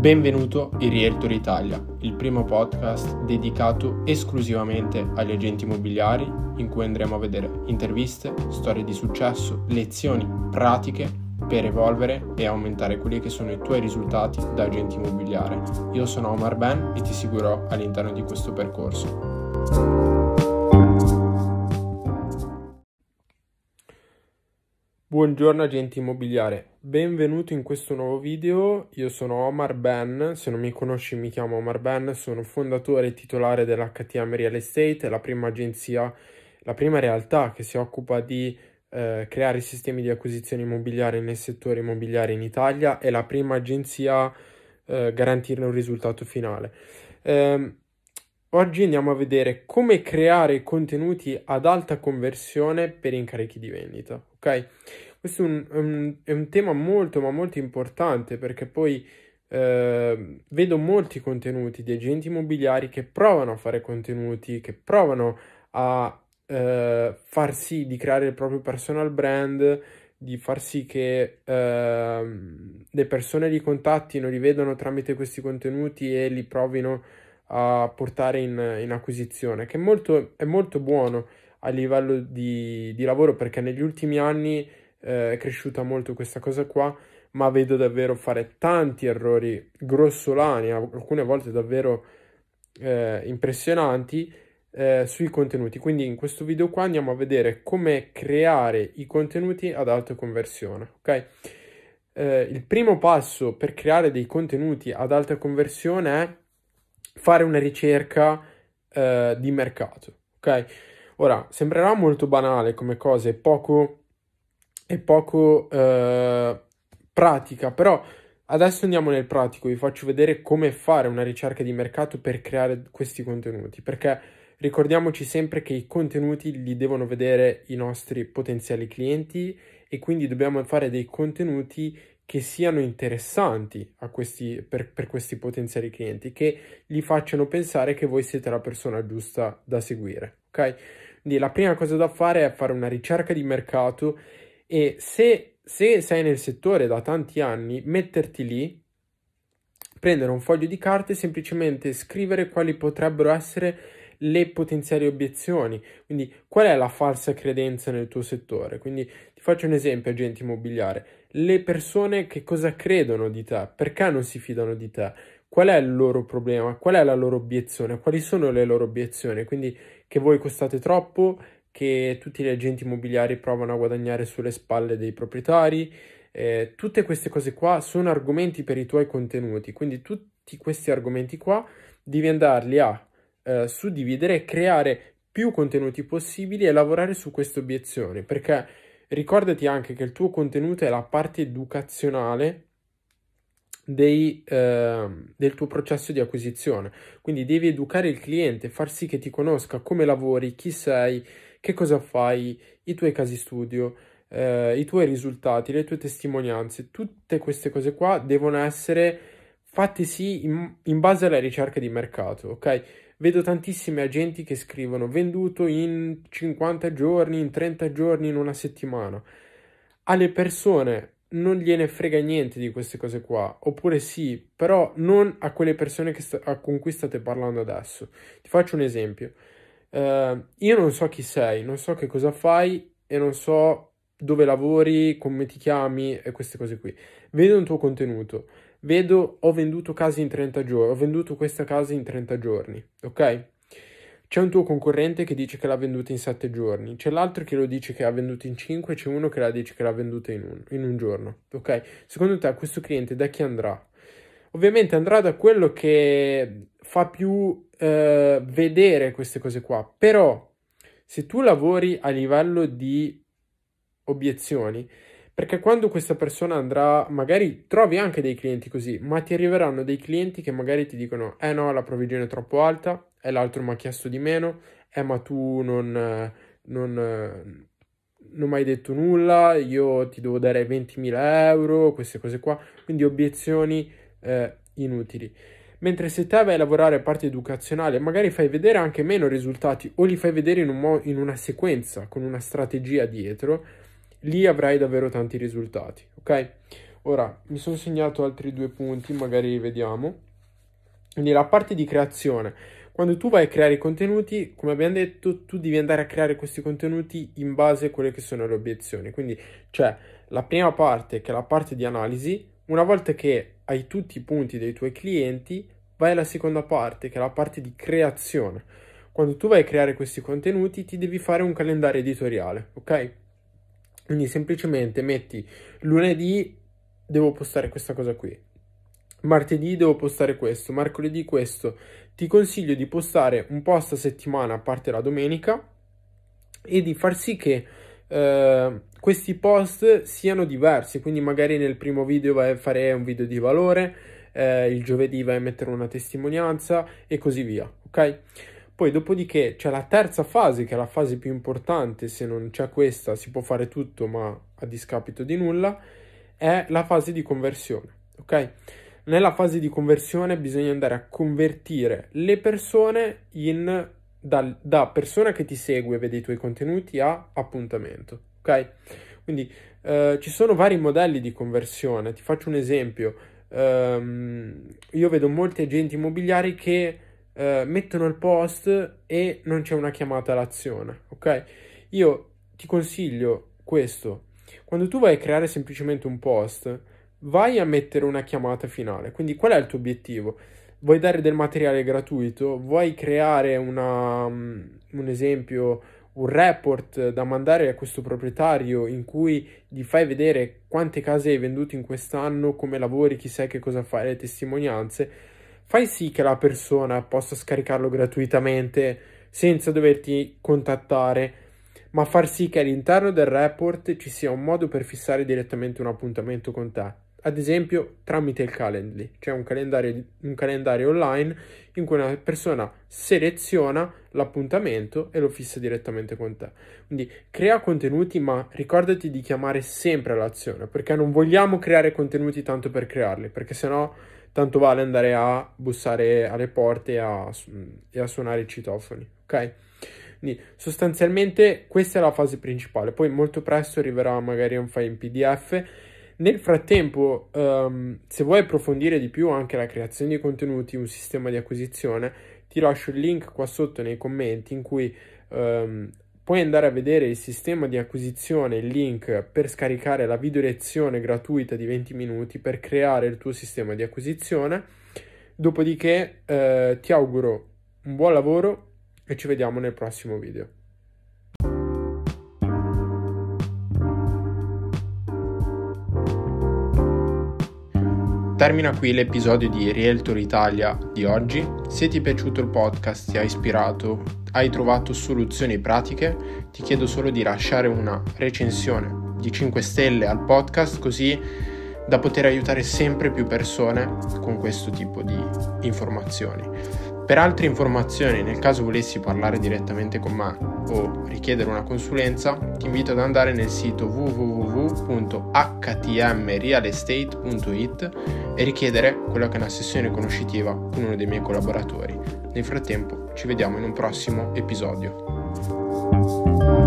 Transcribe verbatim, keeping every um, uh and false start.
Benvenuto in Realtor Italia, il primo podcast dedicato esclusivamente agli agenti immobiliari, in cui andremo a vedere interviste, storie di successo, lezioni pratiche per evolvere e aumentare quelli che sono i tuoi risultati da agente immobiliare. Io sono Omar Ben e ti seguirò all'interno di questo percorso. Buongiorno agente immobiliare, benvenuto in questo nuovo video. Io sono Omar Ben, se non mi conosci mi chiamo Omar Ben, sono fondatore e titolare dell'H T M Real Estate, la prima agenzia, la prima realtà che si occupa di eh, creare sistemi di acquisizione immobiliare nel settore immobiliare in Italia e la prima agenzia a eh, garantire un risultato finale. Eh, oggi andiamo a vedere come creare contenuti ad alta conversione per incarichi di vendita, ok? Questo è un, un, è un tema molto ma molto importante, perché poi eh, vedo molti contenuti di agenti immobiliari che provano a fare contenuti, che provano a eh, far sì di creare il proprio personal brand, di far sì che eh, le persone li contattino, li vedano tramite questi contenuti e li provino a portare in, in acquisizione, che è molto, è molto buono a livello di, di lavoro, perché negli ultimi anni eh, è cresciuta molto questa cosa qua, ma vedo davvero fare tanti errori grossolani, alcune volte davvero eh, impressionanti eh, sui contenuti. Quindi in questo video qua andiamo a vedere come creare i contenuti ad alta conversione, ok? Eh, il primo passo per creare dei contenuti ad alta conversione è fare una ricerca eh, di mercato, ok? Ora, sembrerà molto banale come cosa e poco, e poco eh, pratica, però adesso andiamo nel pratico, vi faccio vedere come fare una ricerca di mercato per creare questi contenuti, perché ricordiamoci sempre che i contenuti li devono vedere i nostri potenziali clienti e quindi dobbiamo fare dei contenuti che siano interessanti a questi, per, per questi potenziali clienti, che gli facciano pensare che voi siete la persona giusta da seguire, ok? Quindi la prima cosa da fare è fare una ricerca di mercato e se, se sei nel settore da tanti anni, metterti lì, prendere un foglio di carta e semplicemente scrivere quali potrebbero essere le potenziali obiezioni, quindi qual è la falsa credenza nel tuo settore. Quindi ti faccio un esempio, agente immobiliare: le persone che cosa credono di te, perché non si fidano di te, qual è il loro problema, qual è la loro obiezione, quali sono le loro obiezioni. Quindi che voi costate troppo, che tutti gli agenti immobiliari provano a guadagnare sulle spalle dei proprietari. Eh, tutte queste cose qua sono argomenti per i tuoi contenuti, quindi tutti questi argomenti qua devi andarli a eh, suddividere e creare più contenuti possibili e lavorare su queste obiezioni, perché ricordati anche che il tuo contenuto è la parte educazionale dei, eh, del tuo processo di acquisizione, quindi devi educare il cliente, far sì che ti conosca, come lavori, chi sei, che cosa fai, i tuoi casi studio, eh, i tuoi risultati, le tue testimonianze. Tutte queste cose qua devono essere fatte sì in, in base alla ricerca di mercato, ok? Vedo tantissimi agenti che scrivono venduto in cinquanta giorni, in trenta giorni, in una settimana. Alle persone non gliene frega niente di queste cose qua, oppure sì, però non a quelle persone che sta- con cui state parlando adesso. Ti faccio un esempio. Eh, io non so chi sei, non so che cosa fai e non so dove lavori, come ti chiami e queste cose qui. Vedo un tuo contenuto, vedo ho venduto case in trenta giorni, ho venduto questa casa in trenta giorni, ok? C'è un tuo concorrente che dice che l'ha venduta in sette giorni, c'è l'altro che lo dice che l'ha venduta in cinque, c'è uno che la dice che l'ha venduta in un, in un giorno, ok? Secondo te questo cliente da chi andrà? Ovviamente andrà da quello che fa più eh, vedere queste cose qua, però se tu lavori a livello di obiezioni, perché quando questa persona andrà, magari trovi anche dei clienti così, ma ti arriveranno dei clienti che magari ti dicono eh no, la provvigione è troppo alta, e l'altro mi ha chiesto di meno, eh ma tu non, eh, non, eh, non mi hai detto nulla, io ti devo dare ventimila euro, queste cose qua, quindi obiezioni eh, inutili. Mentre se te vai a lavorare a parte educazionale, magari fai vedere anche meno risultati o li fai vedere in, un mo- in una sequenza, con una strategia dietro, lì avrai davvero tanti risultati, ok? Ora, mi sono segnato altri due punti, magari vediamo. Quindi la parte di creazione. Quando tu vai a creare i contenuti, come abbiamo detto, tu devi andare a creare questi contenuti in base a quelle che sono le obiezioni. Quindi c'è la prima parte, che è la parte di analisi. Una volta che hai tutti i punti dei tuoi clienti, vai alla seconda parte, che è la parte di creazione. Quando tu vai a creare questi contenuti, ti devi fare un calendario editoriale, ok? Quindi semplicemente metti lunedì devo postare questa cosa qui, martedì devo postare questo, mercoledì questo. Ti consiglio di postare un post a settimana a parte la domenica e di far sì che eh, questi post siano diversi. Quindi magari nel primo video vai a fare un video di valore, eh, il giovedì vai a mettere una testimonianza e così via, ok? Poi dopodiché c'è la terza fase, che è la fase più importante. Se non c'è questa si può fare tutto ma a discapito di nulla, è la fase di conversione, ok? Nella fase di conversione bisogna andare a convertire le persone in, da, da persona che ti segue e vede i tuoi contenuti a appuntamento, ok? Quindi eh, ci sono vari modelli di conversione. Ti faccio un esempio. Um, io vedo molti agenti immobiliari che Uh, mettono il post e non c'è una chiamata all'azione, ok? Io ti consiglio questo: quando tu vai a creare semplicemente un post, vai a mettere una chiamata finale. Quindi qual è il tuo obiettivo? Vuoi dare del materiale gratuito? Vuoi creare una, um, un esempio, un report da mandare a questo proprietario in cui gli fai vedere quante case hai venduto in quest'anno, come lavori, chi sai, che cosa fai, le testimonianze? Fai sì che la persona possa scaricarlo gratuitamente senza doverti contattare, ma far sì che all'interno del report ci sia un modo per fissare direttamente un appuntamento con te. Ad esempio tramite il Calendly, c'è un calendario, un calendario online in cui una persona seleziona l'appuntamento e lo fissa direttamente con te. Quindi crea contenuti, ma ricordati di chiamare sempre all'azione, perché non vogliamo creare contenuti tanto per crearli, perché sennò tanto vale andare a bussare alle porte e a, e a suonare i citofoni, ok? Quindi sostanzialmente questa è la fase principale. Poi molto presto arriverà magari un file in P D F. Nel frattempo, um, se vuoi approfondire di più anche la creazione di contenuti, un sistema di acquisizione, ti lascio il link qua sotto nei commenti in cui um, puoi andare a vedere il sistema di acquisizione, il link per scaricare la video lezione gratuita di venti minuti per creare il tuo sistema di acquisizione. Dopodiché eh, ti auguro un buon lavoro e ci vediamo nel prossimo video. Termina qui l'episodio di Realtor Italia di oggi. Se ti è piaciuto il podcast, ti ha ispirato, hai trovato soluzioni pratiche, ti chiedo solo di lasciare una recensione di cinque stelle al podcast, così da poter aiutare sempre più persone con questo tipo di informazioni. Per altre informazioni, nel caso volessi parlare direttamente con me o richiedere una consulenza, ti invito ad andare nel sito w w w punto h t m real estate punto i t e richiedere quella che è una sessione conoscitiva con uno dei miei collaboratori. Nel frattempo ci vediamo in un prossimo episodio.